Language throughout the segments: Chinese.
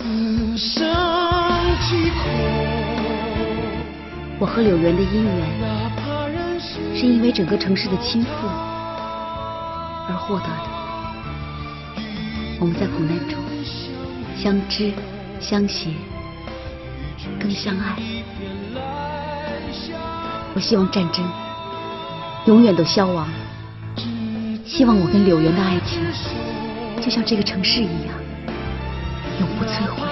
我和柳原的姻缘，是因为整个城市的倾覆而获得的。我们在苦难中相知相携更相爱。我希望战争永远都消亡，希望我跟柳原的爱情就像这个城市一样永不摧毁。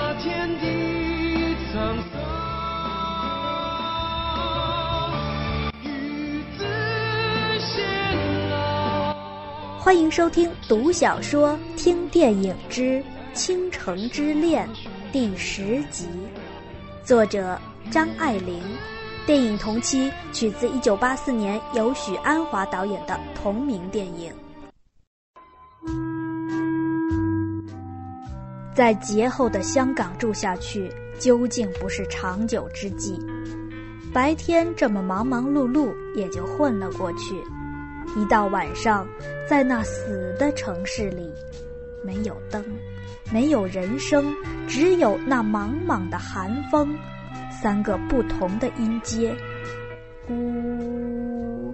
欢迎收听读小说听电影之倾城之恋第10集，作者张爱玲，电影同期取自1984年由许鞍华导演的同名电影。在劫后的香港住下去究竟不是长久之计，白天这么忙忙碌碌也就混了过去，一到晚上，在那死的城市里，没有灯，没有人声，只有那茫茫的寒风，3个不同的音阶，呜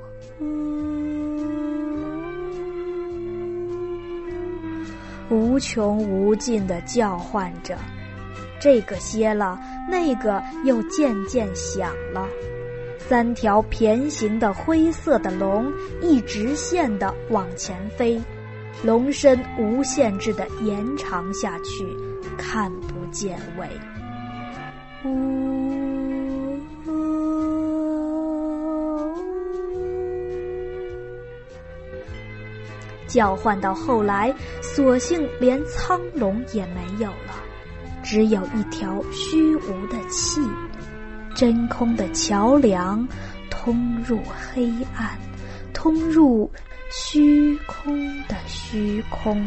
无穷无尽地叫唤着，这个歇了，那个又渐渐响了。3条平行的灰色的龙一直线地往前飞，龙身无限制地延长下去，看不见尾。叫唤到后来，索性连苍龙也没有了，只有一条虚无的气，真空的桥梁，通入黑暗，通入虚空的虚空。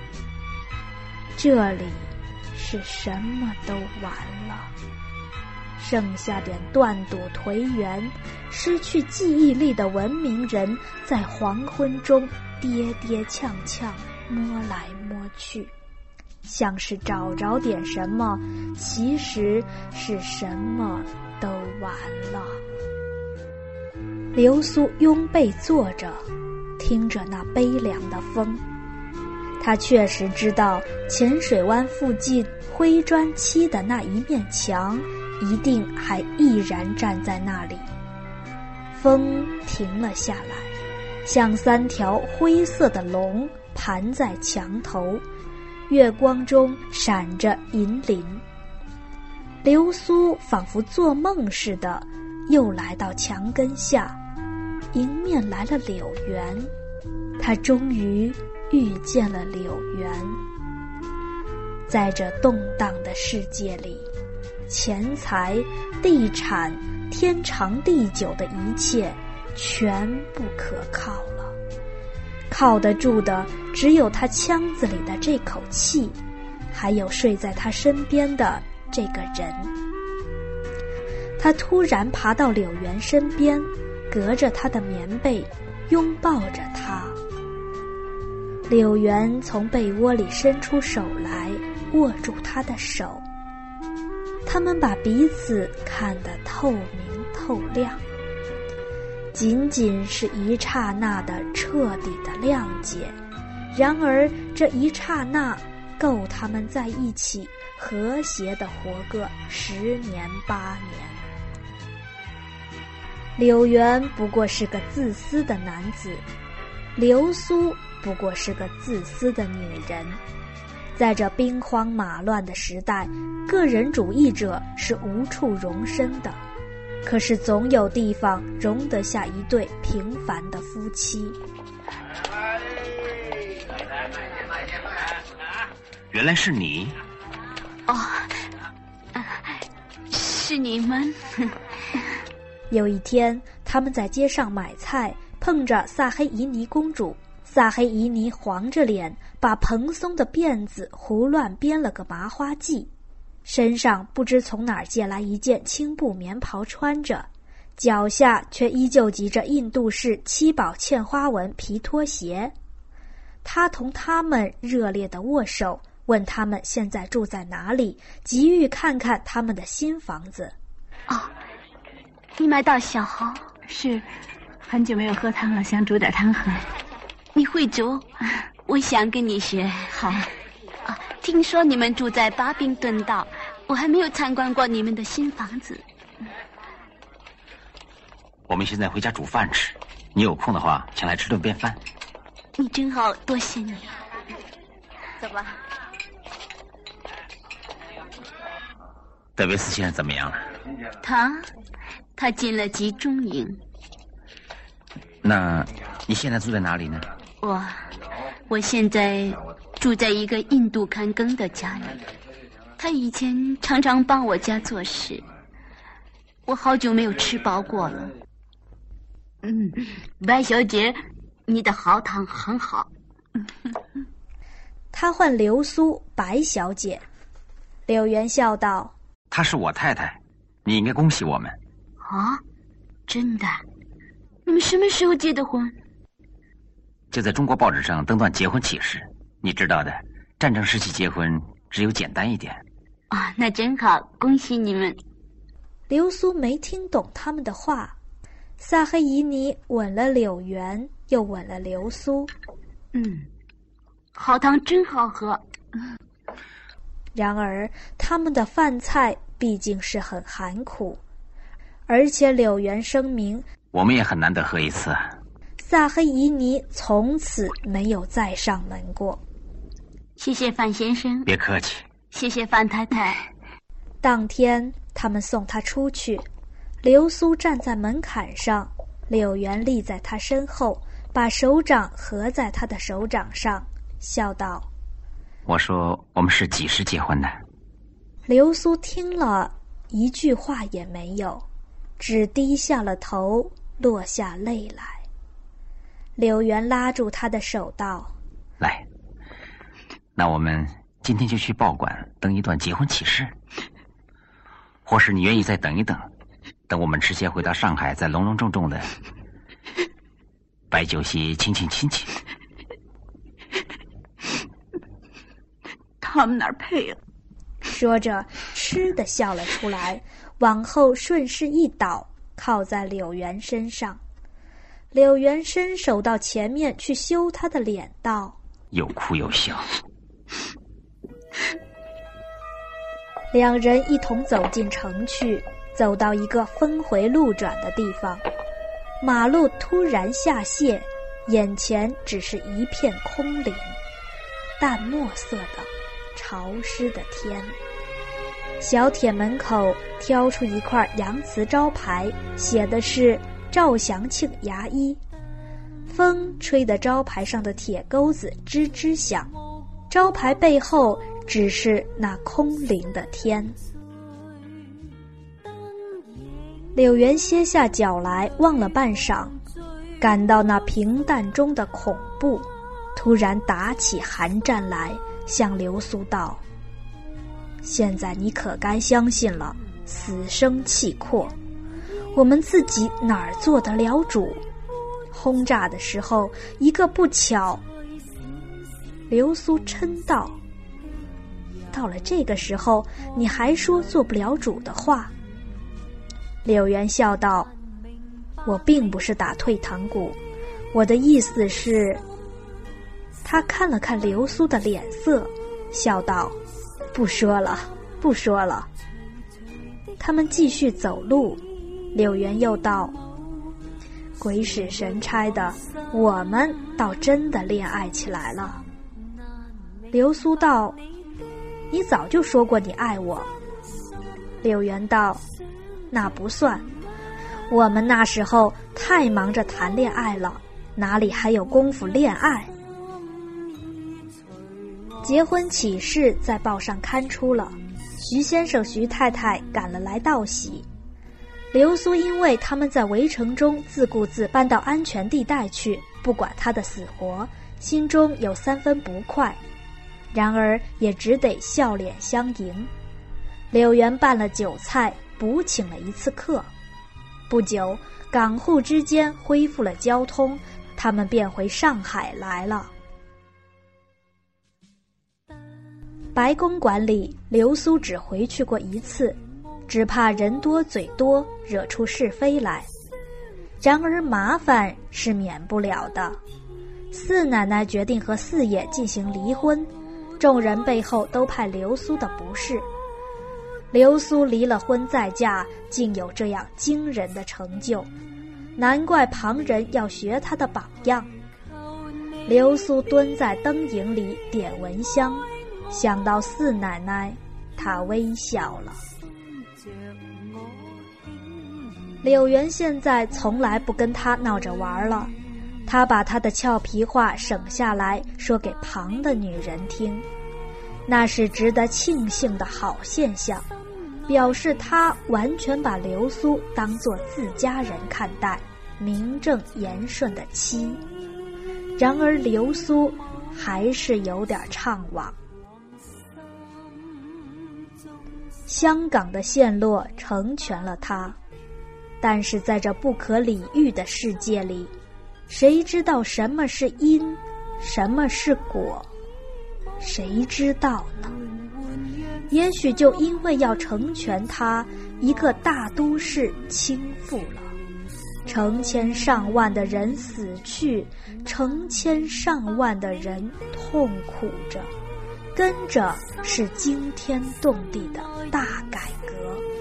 这里是什么都完了，剩下点断笃颓垣，失去记忆力的文明人在黄昏中跌跌跄跄，摸来摸去，像是找着点什么，其实是什么都完了。流苏拥背坐着，听着那悲凉的风。他确实知道浅水湾附近灰砖砌的那一面墙一定还毅然站在那里。风停了下来，像3条灰色的龙盘在墙头，月光中闪着银铃。流苏仿佛做梦似的又来到墙根下，迎面来了柳原，他终于遇见了柳原。在这动荡的世界里，钱财、地产、天长地久的一切全不可靠了，靠得住的只有他腔子里的这口气，还有睡在他身边的这个人。他突然爬到柳原身边，隔着他的棉被拥抱着他。柳原从被窝里伸出手来，握住他的手，他们把彼此看得透明透亮，仅仅是一刹那的彻底的谅解，然而这一刹那够他们在一起和谐地活个10年8年。柳原不过是个自私的男子，流苏不过是个自私的女人。在这兵荒马乱的时代，个人主义者是无处容身的，可是总有地方容得下一对平凡的夫妻。 原来是你。 哦，是你们。 有一天，他们在街上买菜，碰着萨黑伊尼公主。萨黑伊尼黄着脸，把蓬松的辫子胡乱编了个麻花髻，身上不知从哪儿借来一件青布棉袍穿着，脚下却依旧系着印度式7宝嵌花纹皮拖鞋。他同他们热烈地握手， 问他们现在住在哪里，急欲看看他们的新房子。 哦，你买到小蚝？ 是，很久没有喝汤了，想煮点汤喝。 你会煮？我想跟你学。 好。 啊，听说你们住在巴宾顿道，我还没有参观过你们的新房子。 我们现在回家煮饭吃，你有空的话，请来吃顿便饭。 你真好，多谢你。走吧。 德维斯现在怎么样了？ 他进了集中营。 那你现在住在哪里呢？ 我现在住在一个印度看更的家里，他以前常常帮我家做事，我好久没有吃饱过了。白小姐，你的蚝汤很好。 他唤刘苏白小姐。柳原笑道： 她是我太太，你应该恭喜我们。 啊，真的？你们什么时候结的婚？ 就在中国报纸上登段结婚启事，你知道的，战争时期结婚只有简单一点。 啊，那真好，恭喜你们。 刘苏没听懂他们的话。萨黑伊尼吻了柳原，又吻了刘苏。 蚝汤真好喝。 然而他们的饭菜毕竟是很寒苦，而且柳原声明我们也很难得喝一次。 萨黑伊尼从此没有再上门过。 谢谢范先生。 别客气。 谢谢范太太。 当天他们送他出去，刘苏站在门槛上，柳原立在他身后，把手掌合在他的手掌上，笑道： 我说我们是几时结婚的？ 刘苏听了一句话也没有，只低下了头，落下泪来。柳原拉住他的手道： 来，那我们今天就去报馆登一段结婚启事，或是你愿意再等一等，等我们迟些回到上海，再隆隆重重的摆酒席亲亲亲戚。 他们哪儿配啊？ 说着嗤地笑了出来，往后顺势一倒，靠在柳原身上。柳原伸手到前面去羞他的脸道： 又哭又笑。 两人一同走进城去，走到一个峰回路转的地方，马路突然下泄，眼前只是一片空灵，淡墨色的潮湿的天。小铁门口挑出一块洋瓷招牌，写的是赵祥庆牙医。风吹得招牌上的铁钩子吱吱响，招牌背后只是那空灵的天。柳原歇下脚来，望了半晌，感到那平淡中的恐怖，突然打起寒战来，向流苏道：现在你可该相信了，死生契阔，我们自己哪儿做得了主？轰炸的时候一个不巧。流苏嗔道：到了这个时候你还说做不了主的话？柳原笑道：我并不是打退堂鼓，我的意思是……他看了看流苏的脸色，笑道：不说了，不说了。他们继续走路，柳原又道：鬼使神差的，我们倒真的恋爱起来了。流苏道：你早就说过你爱我。柳原道：那不算，我们那时候太忙着谈恋爱了，哪里还有功夫恋爱？结婚启事在报上刊出了，徐先生徐太太赶了来道喜。流苏因为他们在围城中自顾自搬到安全地带去，不管他的死活，心中有3分不快，然而也只得笑脸相迎。柳原办了酒菜，补请了一次客。不久，港沪之间恢复了交通，他们便回上海来了。 白公馆里，流苏只回去过一次，只怕人多嘴多，惹出是非来。然而麻烦是免不了的。四奶奶决定和四爷进行离婚，众人背后都派流苏的不是。流苏离了婚再嫁，竟有这样惊人的成就，难怪旁人要学她的榜样。流苏蹲在灯影里点蚊香，想到四奶奶，她微笑了。柳原现在从来不跟他闹着玩了，他把他的俏皮话省下来说给旁的女人听，那是值得庆幸的好现象，表示他完全把流苏当作自家人看待，名正言顺的妻。然而流苏还是有点怅惘。香港的陷落成全了他，但是在这不可理喻的世界里，谁知道什么是因，什么是果？谁知道呢？也许就因为要成全他，一个大都市倾覆了，成千上万的人死去，成千上万的人痛苦着，跟着是惊天动地的大改革。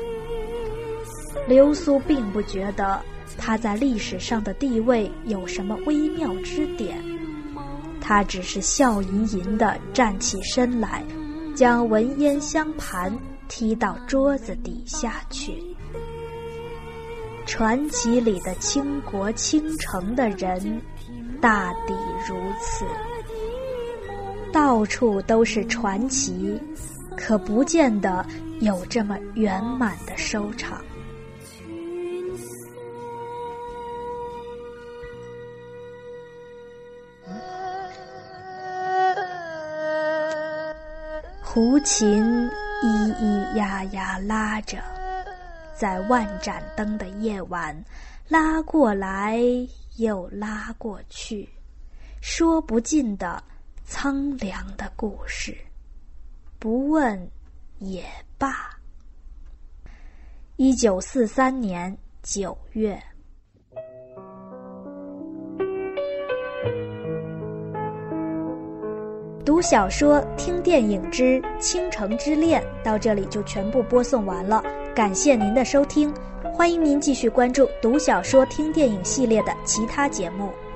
流苏并不觉得他在历史上的地位有什么微妙之点，他只是笑吟吟地站起身来，将文烟香盘踢到桌子底下去。传奇里的倾国倾城的人，大抵如此。到处都是传奇，可不见得有这么圆满的收场。胡琴咿咿呀呀拉着，在万盏灯的夜晚，拉过来又拉过去，说不尽的苍凉的故事，不问也罢。1943年9月。读小说听电影之倾城之恋到这里就全部播送完了，感谢您的收听，欢迎您继续关注读小说听电影系列的其他节目。